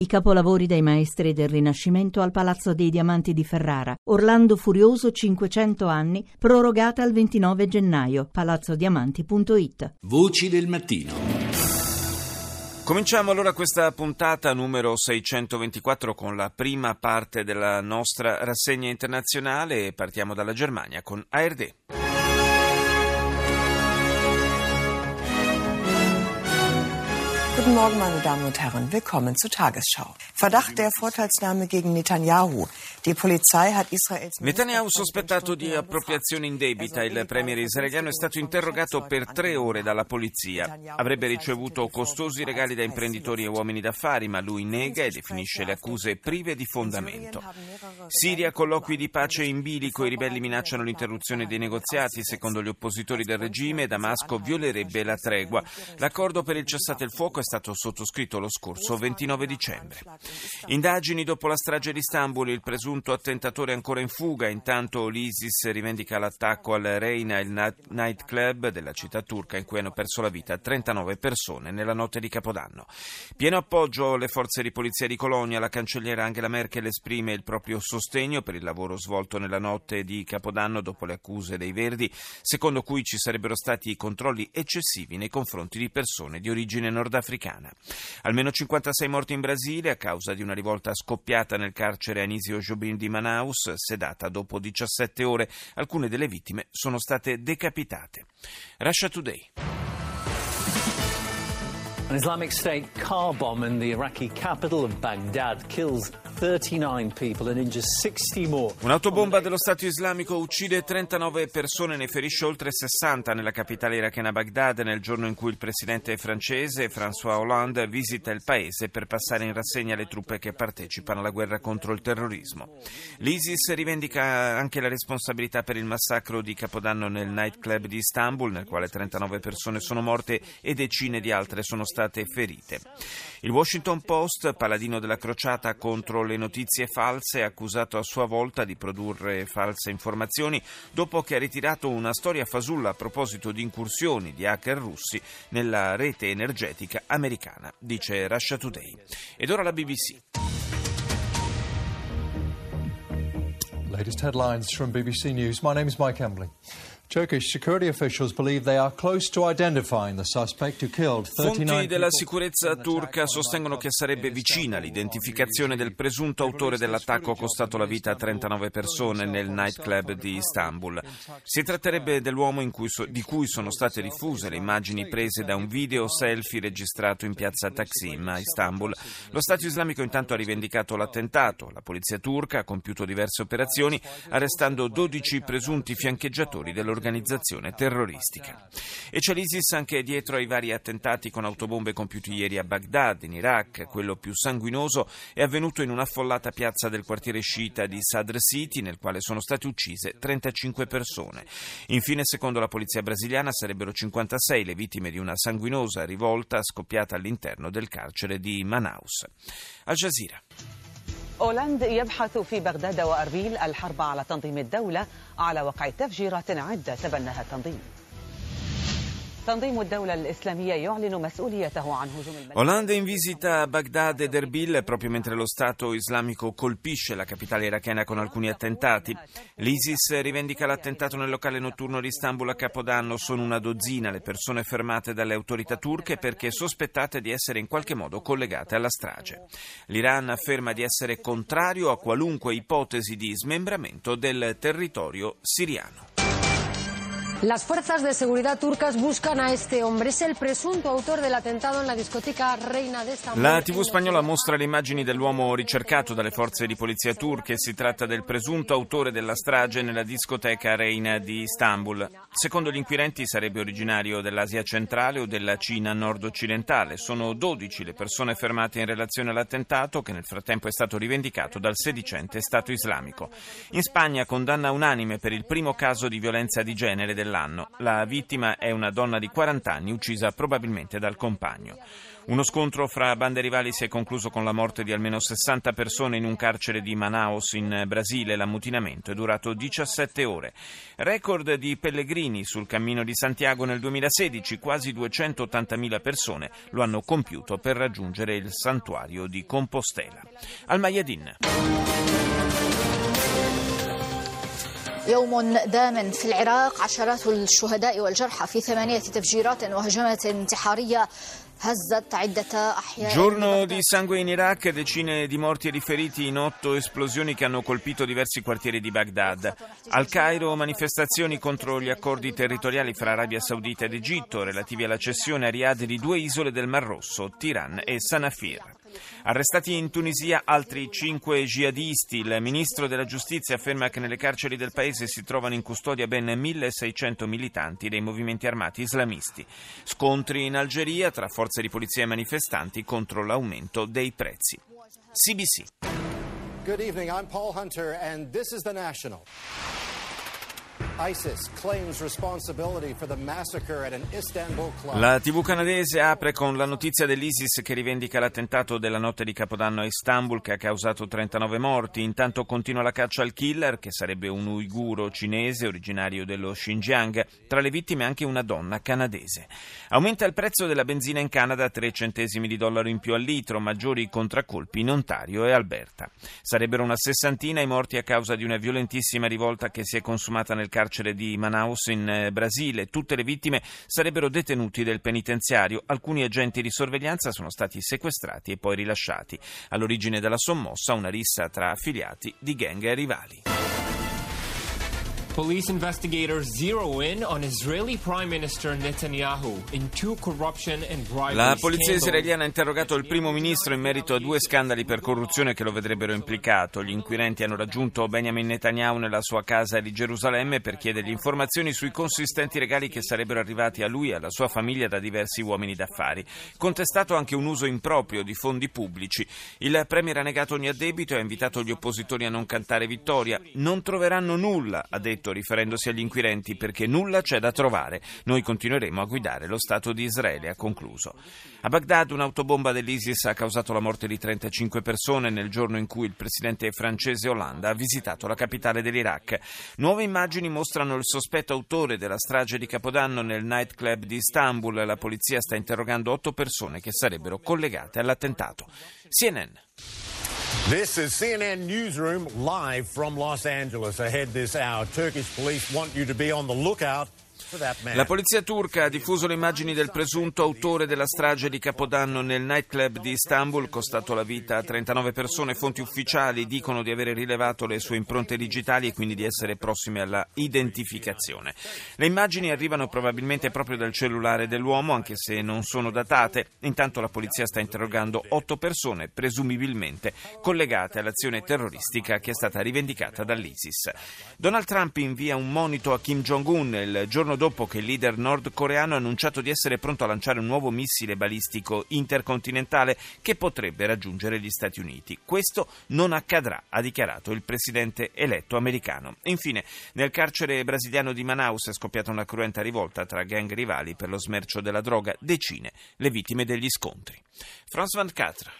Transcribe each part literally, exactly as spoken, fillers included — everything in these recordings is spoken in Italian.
I capolavori dei maestri del Rinascimento al Palazzo dei Diamanti di Ferrara. Orlando Furioso cinquecento anni, prorogata al ventinove gennaio. palazzo diamanti punto it. Voci del mattino. Cominciamo allora questa puntata numero seicentoventiquattro con la prima parte della nostra rassegna internazionale e partiamo dalla Germania con A R D. Guten Morgen, meine Damen und Herren. Willkommen zur Tagesschau. Verdacht der Vorteilsnahme gegen Netanyahu. Die Polizei hat Israels... Netanyahu sospettato di appropriazione indebita. Il premier israeliano è stato interrogato per tre ore dalla polizia. Avrebbe ricevuto costosi regali da imprenditori e uomini d'affari, ma lui nega e definisce le accuse prive di fondamento. Siria, colloqui di pace in bilico. I ribelli minacciano l'interruzione dei negoziati. Secondo gli oppositori del regime, Damasco violerebbe la tregua. L'accordo per il cessate il fuoco è stato sottoscritto lo scorso ventinove dicembre. Indagini dopo la strage di Istanbul, il presunto attentatore è ancora in fuga. Intanto l'ISIS rivendica l'attacco al Reina, il nightclub della città turca in cui hanno perso la vita trentanove persone nella notte di Capodanno. Pieno appoggio alle forze di polizia di Colonia. La cancelliera Angela Merkel esprime il proprio sostegno per il lavoro svolto nella notte di Capodanno dopo le accuse dei Verdi, secondo cui ci sarebbero stati controlli eccessivi nei confronti di persone di origine nordafricana. Almeno cinquantasei morti in Brasile a causa di una rivolta scoppiata nel carcere Anísio Jobim di Manaus, sedata dopo diciassette ore. Alcune delle vittime sono state decapitate. Russia Today. An Islamic State car bomb in the Iraqi capital of Baghdad kills thirty-nine people and injures sixty more. Un'autobomba dello Stato islamico uccide trentanove persone e ne ferisce oltre sessanta nella capitale irachena Baghdad nel giorno in cui il presidente francese François Hollande visita il paese per passare in rassegna le truppe che partecipano alla guerra contro il terrorismo. L'ISIS rivendica anche la responsabilità per il massacro di Capodanno nel nightclub di Istanbul, nel quale trentanove persone sono morte e decine di altre sono state ferite. Il Washington Post, paladino della crociata contro le notizie false, è accusato a sua volta di produrre false informazioni dopo che ha ritirato una storia fasulla a proposito di incursioni di hacker russi nella rete energetica americana, dice Russia Today. Ed ora la B B C. Latest headlines from B B C News. My name is Mike Embley. Turkish security officials believe they are close to identifying the suspect who killed thirty-nine Fonti della people. sicurezza turca sostengono che sarebbe vicina l'identificazione del presunto autore dell'attacco costato la vita a trentanove persone nel nightclub di Istanbul. Si tratterebbe dell'uomo in cui so, di cui sono state diffuse le immagini prese da un video selfie registrato in piazza Taksim a Istanbul. Lo Stato islamico intanto ha rivendicato l'attentato. La polizia turca ha compiuto diverse operazioni arrestando dodici presunti fiancheggiatori dell'organizzazione organizzazione terroristica. E c'è l'ISIS anche dietro ai vari attentati con autobombe compiuti ieri a Baghdad, in Iraq. Quello più sanguinoso è avvenuto in un'affollata piazza del quartiere sciita di Sadr City, nel quale sono state uccise trentacinque persone. Infine, secondo la polizia brasiliana, sarebbero cinquantasei le vittime di una sanguinosa rivolta scoppiata all'interno del carcere di Manaus. Al Jazeera. أولاند يبحث في بغداد وأربيل الحرب على تنظيم الدولة على وقع تفجيرات عدة تبناها التنظيم. Hollande in visita a Baghdad ed Erbil proprio mentre lo Stato islamico colpisce la capitale irachena con alcuni attentati. L'ISIS rivendica l'attentato nel locale notturno di Istanbul a Capodanno. Sono una dozzina le persone fermate dalle autorità turche perché sospettate di essere in qualche modo collegate alla strage. L'Iran afferma di essere contrario a qualunque ipotesi di smembramento del territorio siriano. Las fuerzas de seguridad turcas buscan a este hombre. Es el presunto autor del atentado en la discoteca Reina de Estambul. La tivù spagnola mostra le immagini dell'uomo ricercato dalle forze di polizia turche. Si tratta del presunto autore della strage nella discoteca Reina di Istanbul. Secondo gli inquirenti sarebbe originario dell'Asia centrale o della Cina nord-occidentale. Sono dodici le persone fermate in relazione all'attentato, che nel frattempo è stato rivendicato dal sedicente Stato islamico. In Spagna condanna unanime per il primo caso di violenza di genere della dell'anno. La vittima è una donna di quaranta anni, uccisa probabilmente dal compagno. Uno scontro fra bande rivali si è concluso con la morte di almeno sessanta persone in un carcere di Manaus in Brasile. L'ammutinamento è durato diciassette ore. Record di pellegrini sul Cammino di Santiago nel duemilasedici, quasi duecentottantamila persone lo hanno compiuto per raggiungere il santuario di Compostela. Al Mayadin. يوم دام في العراق عشرات الشهداء والجرحى في ثمانية تفجيرات وهجمات انتحارية. Giorno di sangue in Iraq, decine di morti e di feriti in otto esplosioni che hanno colpito diversi quartieri di Baghdad. Al Cairo manifestazioni contro gli accordi territoriali fra Arabia Saudita ed Egitto relativi alla cessione a Riyadh di due isole del Mar Rosso, Tiran e Sanafir. Arrestati in Tunisia altri cinque jihadisti. Il ministro della giustizia afferma che nelle carceri del paese si trovano in custodia ben milleseicento militanti dei movimenti armati islamisti. Scontri in Algeria tra forze di polizia e manifestanti contro l'aumento dei prezzi. C B C. Good evening, I'm Paul Hunter and this is The National. ISIS claims responsibility for the massacre at an Istanbul club. La tivù canadese apre con la notizia dell'ISIS che rivendica l'attentato della notte di Capodanno a Istanbul che ha causato trentanove morti. Intanto continua la caccia al killer, che sarebbe un uiguro cinese originario dello Xinjiang. Tra le vittime anche una donna canadese. Aumenta il prezzo della benzina in Canada, tre centesimi di dollaro in più al litro, maggiori contraccolpi in Ontario e Alberta. Sarebbero una sessantina i morti a causa di una violentissima rivolta che si è consumata nel carcere di Manaus in Brasile. Tutte le vittime sarebbero detenuti del penitenziario. Alcuni agenti di sorveglianza sono stati sequestrati e poi rilasciati. All'origine della sommossa una rissa tra affiliati di gang rivali. Police investigators zero in on Israeli Prime Minister Netanyahu into corruption and bribery. La polizia israeliana ha interrogato il primo ministro in merito a due scandali per corruzione che lo vedrebbero implicato. Gli inquirenti hanno raggiunto Benjamin Netanyahu nella sua casa di Gerusalemme per chiedergli informazioni sui consistenti regali che sarebbero arrivati a lui e alla sua famiglia da diversi uomini d'affari. Contestato anche un uso improprio di fondi pubblici. Il premier ha negato ogni addebito e ha invitato gli oppositori a non cantare vittoria. Non troveranno nulla, ha detto, riferendosi agli inquirenti, perché nulla c'è da trovare. Noi continueremo a guidare lo Stato di Israele, ha concluso. A Baghdad un'autobomba dell'ISIS ha causato la morte di trentacinque persone nel giorno in cui il presidente francese Hollande ha visitato la capitale dell'Iraq. Nuove immagini mostrano il sospetto autore della strage di Capodanno nel nightclub di Istanbul. La polizia sta interrogando otto persone che sarebbero collegate all'attentato. C N N. This is C N N Newsroom live from Los Angeles. Ahead this hour, Turkish police want you to be on the lookout. La polizia turca ha diffuso le immagini del presunto autore della strage di Capodanno nel nightclub di Istanbul, costato la vita a trentanove persone. Fonti ufficiali dicono di avere rilevato le sue impronte digitali e quindi di essere prossime alla identificazione. Le immagini arrivano probabilmente proprio dal cellulare dell'uomo, anche se non sono datate. Intanto la polizia sta interrogando otto persone, presumibilmente collegate all'azione terroristica che è stata rivendicata dall'ISIS. Donald Trump invia un monito a Kim Jong-un il giorno dopo che il leader nordcoreano ha annunciato di essere pronto a lanciare un nuovo missile balistico intercontinentale che potrebbe raggiungere gli Stati Uniti. Questo non accadrà, ha dichiarato il presidente eletto americano. Infine, nel carcere brasiliano di Manaus è scoppiata una cruenta rivolta tra gang rivali per lo smercio della droga. Decine le vittime degli scontri. France ventiquattro.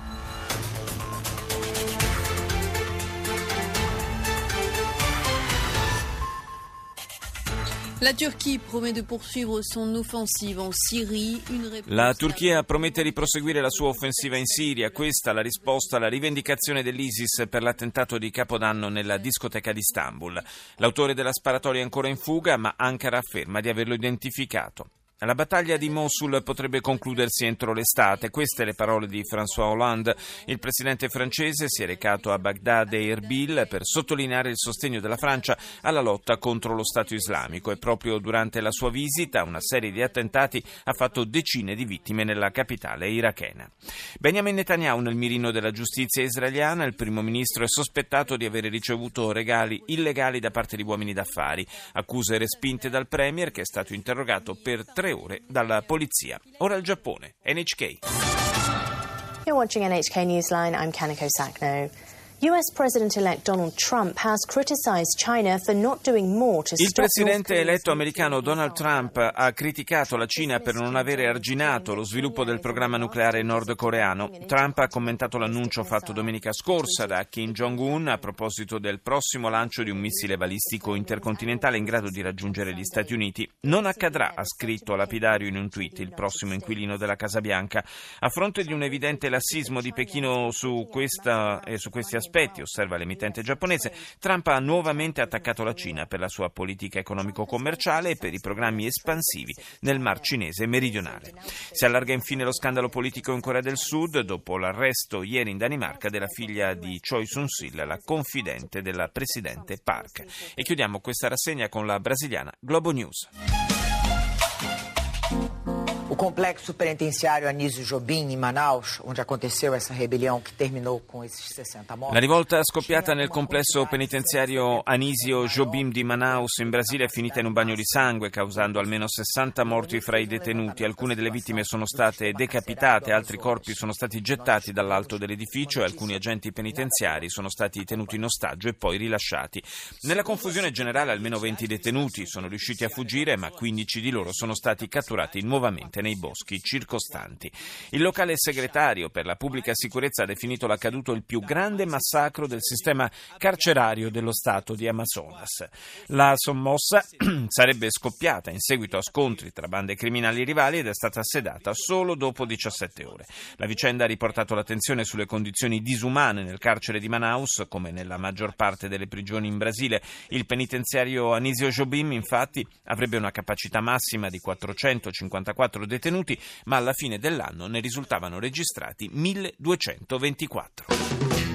La Turchia promet di poursuivre son offensive en Syrie. La Turchia promette di proseguire la sua offensiva in Siria. Questa la risposta alla rivendicazione dell'ISIS per l'attentato di Capodanno nella discoteca di Istanbul. L'autore della sparatoria è ancora in fuga, ma Ankara afferma di averlo identificato. La battaglia di Mosul potrebbe concludersi entro l'estate. Queste le parole di François Hollande. Il presidente francese si è recato a Baghdad e Erbil per sottolineare il sostegno della Francia alla lotta contro lo Stato islamico e proprio durante la sua visita una serie di attentati ha fatto decine di vittime nella capitale irachena. Benjamin Netanyahu nel mirino della giustizia israeliana. Il primo ministro è sospettato di aver ricevuto regali illegali da parte di uomini d'affari. Accuse respinte dal premier, che è stato interrogato per tre ore dalla polizia. Ora il Giappone. N H K. You're watching N H K Newsline. I'm Kaneko Sakno. U S President-elect Donald Trump has criticized China for not doing more to Il stop presidente eletto americano Donald Trump ha criticato la Cina per non avere arginato lo sviluppo del programma nucleare nordcoreano. Trump ha commentato l'annuncio fatto domenica scorsa da Kim Jong-un a proposito del prossimo lancio di un missile balistico intercontinentale in grado di raggiungere gli Stati Uniti. Non accadrà, ha scritto lapidario in un tweet il prossimo inquilino della Casa Bianca. A fronte di un evidente lassismo di Pechino su, questa, eh, su questi aspetti, osserva l'emittente giapponese, Trump ha nuovamente attaccato la Cina per la sua politica economico-commerciale e per i programmi espansivi nel Mar Cinese meridionale. Si allarga infine lo scandalo politico in Corea del Sud dopo l'arresto ieri in Danimarca della figlia di Choi Soon-sil, la confidente della presidente Park. E chiudiamo questa rassegna con la brasiliana Globo News. O complexo penitenziario Anísio Jobim in Manaus, onde aconteceu essa rebelião che terminou con esses sessanta morti. La rivolta scoppiata nel complesso penitenziario Anísio Jobim di Manaus in Brasile è finita in un bagno di sangue, causando almeno sessanta morti fra i detenuti. Alcune delle vittime sono state decapitate, altri corpi sono stati gettati dall'alto dell'edificio e alcuni agenti penitenziari sono stati tenuti in ostaggio e poi rilasciati. Nella confusione generale almeno venti detenuti sono riusciti a fuggire, ma quindici di loro sono stati catturati nuovamente nei boschi circostanti. Il locale segretario per la pubblica sicurezza ha definito l'accaduto il più grande massacro del sistema carcerario dello Stato di Amazonas. La sommossa sarebbe scoppiata in seguito a scontri tra bande criminali rivali ed è stata sedata solo dopo diciassette ore. La vicenda ha riportato l'attenzione sulle condizioni disumane nel carcere di Manaus, come nella maggior parte delle prigioni in Brasile. Il penitenziario Anísio Jobim, infatti, avrebbe una capacità massima di quattrocentocinquantaquattro detenuti, ma alla fine dell'anno ne risultavano registrati milleduecentoventiquattro.